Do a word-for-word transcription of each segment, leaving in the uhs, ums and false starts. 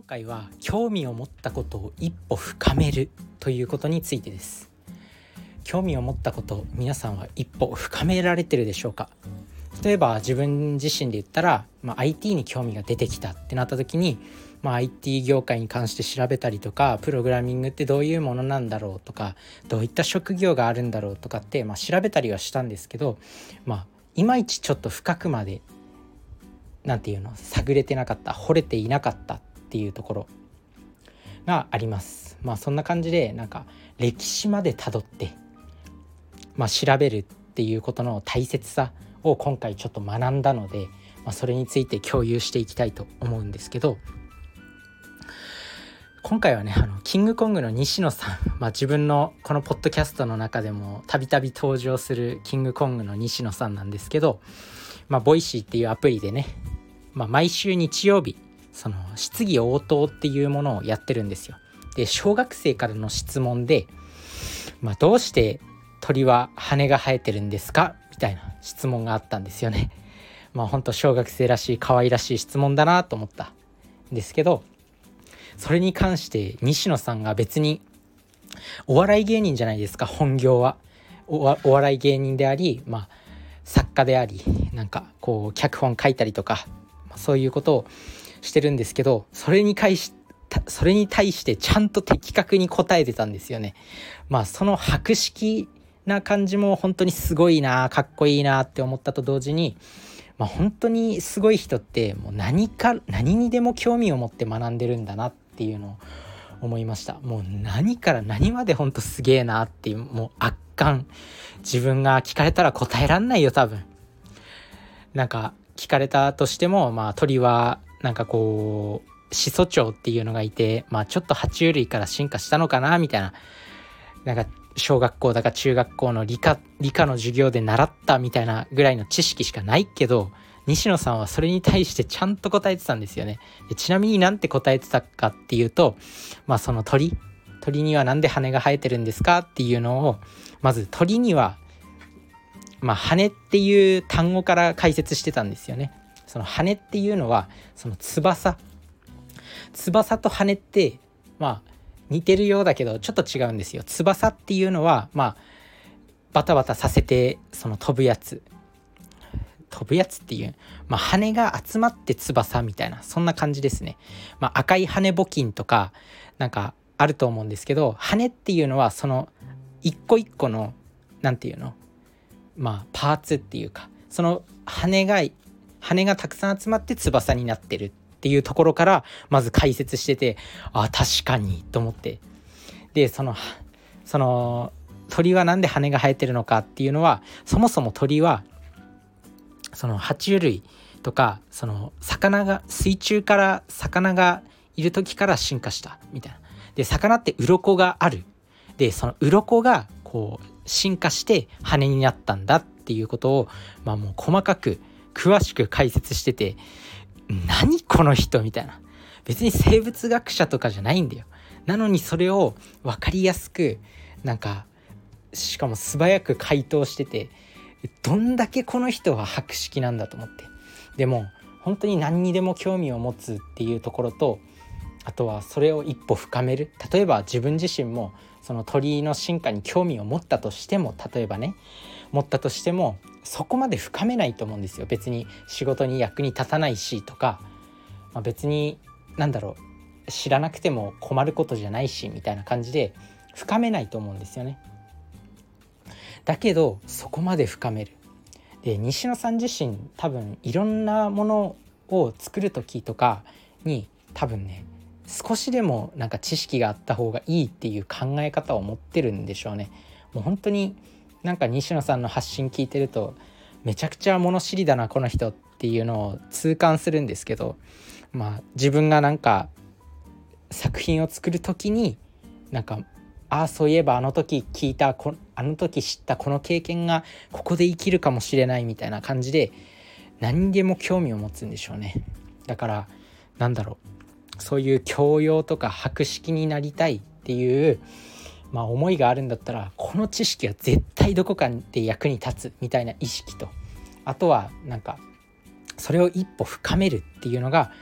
回は興味を持ったことを一歩深めるということについてです。興味を持ったこと皆さんは一歩深められてるでしょうか。例えば自分自身で言ったら、まあ、アイティー に興味が出てきたってなった時に、まあ、アイティー 業界に関して調べたりとか、プログラミングってどういうものなんだろうとか、どういった職業があるんだろうとかって、まあ、調べたりはしたんですけど、まあ、いまいちちょっと深くまでなんていうの探れてなかった、掘れていなかったっていうところがあります。まあそんな感じでなんか歴史までたどって、まあ、調べるっていうことの大切さを今回ちょっと学んだので、まあ、それについて共有していきたいと思うんですけど、今回はねあのキングコングの西野さん、まあ、自分のこのポッドキャストの中でもたびたび登場するキングコングの西野さんなんですけど、まあ、ボイシーっていうアプリでね、まあ、毎週日曜日その質疑応答っていうものをやってるんですよ。で、小学生からの質問で、まあ、どうして鳥は羽が生えてるんですかみたいな質問があったんですよね。まあ本当小学生らしい可愛らしい質問だなと思ったんですけど、それに関して西野さんが別にお笑い芸人じゃないですか。本業は お, お笑い芸人であり、まあ、作家であり、なんかこう脚本書いたりとか、そういうことをしてるんですけど、それに対しそれに対してちゃんと的確に答えてたんですよね。まあその博識な感じも本当にすごいな、かっこいいなって思ったと同時に、まあ、本当にすごい人ってもう何か何にでも興味を持って学んでるんだなっていうのを思いました。もう何から何まで本当すげえなっていう、もう圧巻。自分が聞かれたら答えらんないよ多分。なんか聞かれたとしても、まあ鳥はなんかこう始祖鳥っていうのがいて、まあちょっと爬虫類から進化したのかなみたいな、なんか小学校だか中学校の理科理科の授業で習ったみたいなぐらいの知識しかないけど、西野さんはそれに対してちゃんと答えてたんですよね。でちなみになんて答えてたかっていうと、まあその鳥鳥にはなんで羽が生えてるんですかっていうのを、まず鳥にはまあ羽っていう単語から解説してたんですよね。その羽っていうのはその翼翼と羽ってまあ似てるようだけどちょっと違うんですよ。翼っていうのはまあバタバタさせてその飛ぶやつ飛ぶやつっていう、まあ、羽が集まって翼みたいな、そんな感じですね。まあ、赤い羽募金とかなんかあると思うんですけど、羽っていうのはその一個一個のなんていうのまあパーツっていうか、その羽が羽がたくさん集まって翼になってるっていうところからまず解説してて、あ確かにと思って、でそのその鳥はなんで羽が生えてるのかっていうのは、そもそも鳥はその爬虫類とかその魚が水中から魚がいる時から進化したみたいな。で魚って鱗がある。でその鱗がこう進化して羽になったんだっていうことを、まあもう細かく詳しく解説してて、何この人みたいな。別に生物学者とかじゃないんだよ。なのにそれを分かりやすくなんかしかも素早く回答してて、どんだけこの人は博識なんだと思って。でも本当に何にでも興味を持つっていうところと、あとはそれを一歩深める。例えば自分自身もその鳥の進化に興味を持ったとしても、例えばね持ったとしてもそこまで深めないと思うんですよ。別に仕事に役に立たないしとか、まあ、別になんだろう知らなくても困ることじゃないしみたいな感じで深めないと思うんですよね。だけどそこまで深める。で西野さん自身多分いろんなものを作る時とかに多分ね少しでもなんか知識があった方がいいっていう考え方を持ってるんでしょうね。もう本当になんか西野さんの発信聞いてるとめちゃくちゃ物知りだなこの人っていうのを痛感するんですけど、まあ自分がなんか作品を作る時になんかああそういえばあの時聞いたこあの時知ったこの経験がここで生きるかもしれないみたいな感じで何にでも興味を持つんでしょうね。だからなんだろう、そういう教養とか博識になりたいっていう、まあ、思いがあるんだったらこの知識は絶対どこかで役に立つみたいな意識と、あとはなんかそれを一歩深めるっていうのが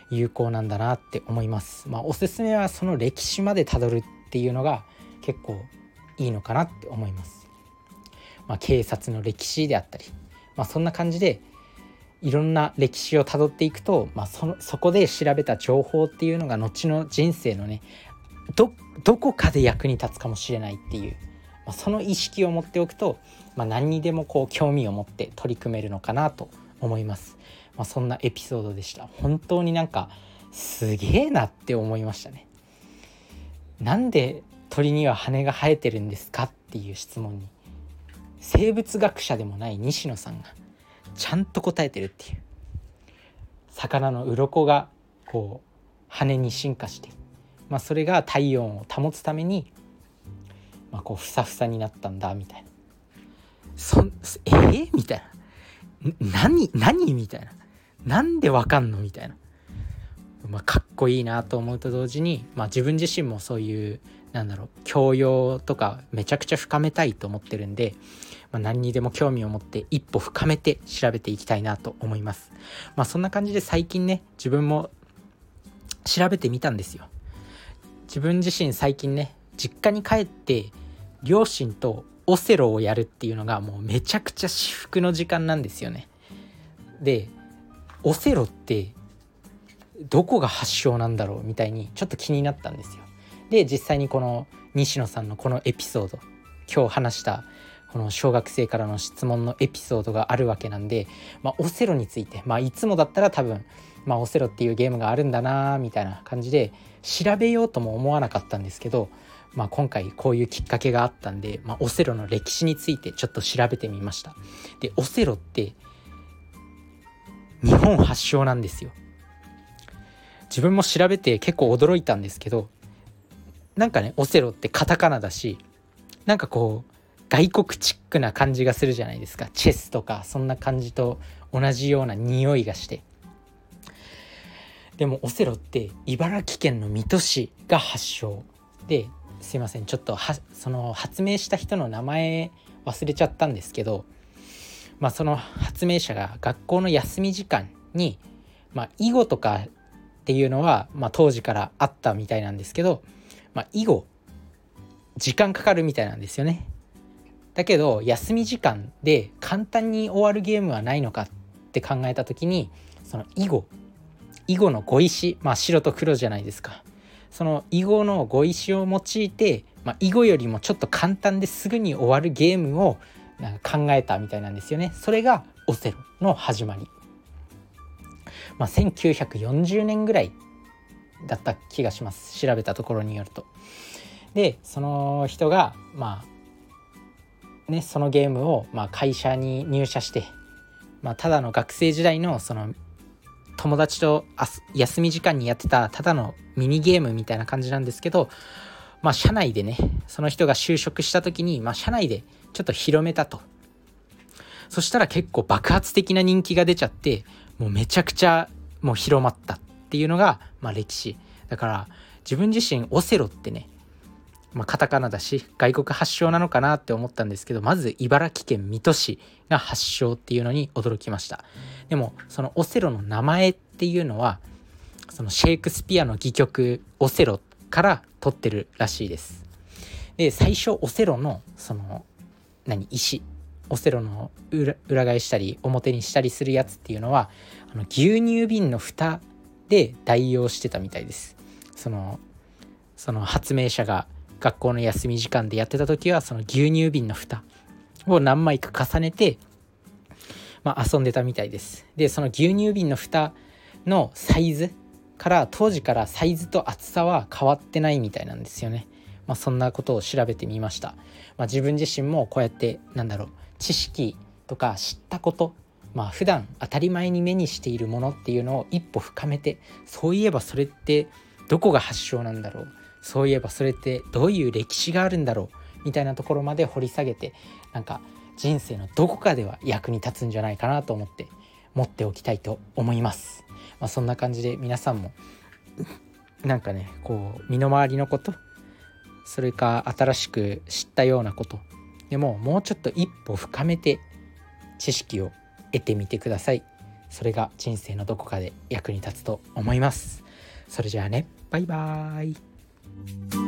有効なんだなって思います。まあおすすめはその歴史までたどるっていうのが結構いいのかなって思います。まあ、警察の歴史であったり、まあ、そんな感じでいろんな歴史をたどっていくと、まあ、そのそこで調べた情報っていうのが後の人生のね ど, どこかで役に立つかもしれないっていう、まあ、その意識を持っておくと、まあ、何にでもこう興味を持って取り組めるのかなと思います。まあ、そんなエピソードでした。本当になんかすげえなって思いましたね。なんで鳥には羽が生えてるんですかっていう質問に生物学者でもない西野さんがちゃんと答えてるっていう。魚の鱗がこう羽に進化して、まあ、それが体温を保つために、まあ、こうふさふさになったんだみたいな。そえー、みたいな。何何みたいな。なんでわかんのみたいな。まあ、かっこいいなと思うと同時に、まあ、自分自身もそういうなんだろう教養とかめちゃくちゃ深めたいと思ってるんで、まあ、何にでも興味を持って一歩深めて調べていきたいなと思います。まあそんな感じで最近ね自分も調べてみたんですよ。自分自身最近ね実家に帰って両親とオセロをやるっていうのがもうめちゃくちゃ至福の時間なんですよね。でオセロってどこが発祥なんだろうみたいにちょっと気になったんですよ。で実際にこの西野さんのこのエピソード、今日話したこの小学生からの質問のエピソードがあるわけなんで、まあ、オセロについて、まあ、いつもだったら多分、まあ、オセロっていうゲームがあるんだなみたいな感じで調べようとも思わなかったんですけど、まあ、今回こういうきっかけがあったんで、まあ、オセロの歴史についてちょっと調べてみました。でオセロって日本発祥なんですよ。自分も調べて結構驚いたんですけど、なんかねオセロってカタカナだし、なんかこう外国チックな感じがするじゃないですか。チェスとかそんな感じと同じような匂いがして。でもオセロって茨城県の水戸市が発祥で、すいませんちょっとはその発明した人の名前忘れちゃったんですけど、まあその発明者が学校の休み時間に、まあ囲碁とかっていうのは、まあ、当時からあったみたいなんですけど、まあ、囲碁時間かかるみたいなんですよね。だけど休み時間で簡単に終わるゲームはないのかって考えた時に、その囲碁囲碁の碁石、まあ白と黒じゃないですか。その囲碁の碁石を用いて、まあ、囲碁よりもちょっと簡単ですぐに終わるゲームをなんか考えたみたいなんですよね。それがオセロの始まり。まあ、せんきゅうひゃくよんじゅうねんぐらいだった気がします、調べたところによると。でその人がまあねそのゲームをまあ会社に入社して、まあ、ただの学生時代のその友達と休み時間にやってたただのミニゲームみたいな感じなんですけど、まあ社内でねその人が就職した時に、まあ、社内でちょっと広めたと。そしたら結構爆発的な人気が出ちゃって、もうめちゃくちゃもう広まったっていうのが、まあ、歴史だから、自分自身オセロってね、まあ、カタカナだし外国発祥なのかなって思ったんですけど、まず茨城県水戸市が発祥っていうのに驚きました。でもそのオセロの名前っていうのはそのシェイクスピアの戯曲オセロから取ってるらしいです。で最初オセロのその何石オセロの 裏, 裏返したり表にしたりするやつっていうのは、あの牛乳瓶の蓋で代用してたみたいです。そのその発明者が学校の休み時間でやってた時は、その牛乳瓶の蓋を何枚か重ねて、まあ、遊んでたみたいです。でその牛乳瓶の蓋のサイズから当時からサイズと厚さは変わってないみたいなんですよね。まあ、そんなことを調べてみました。まあ、自分自身もこうやってなんだろう知識とか知ったこと、まあ普段当たり前に目にしているものっていうのを一歩深めて、そういえばそれってどこが発祥なんだろう、そういえばそれってどういう歴史があるんだろうみたいなところまで掘り下げて、なんか人生のどこかでは役に立つんじゃないかなと思って持っておきたいと思います。まあ、そんな感じで皆さんもなんかねこう身の回りのこと、それか新しく知ったようなことでももうちょっと一歩深めて知識を得てみてください。 それが人生のどこかで役に立つと思います。それじゃあね、バイバーイ。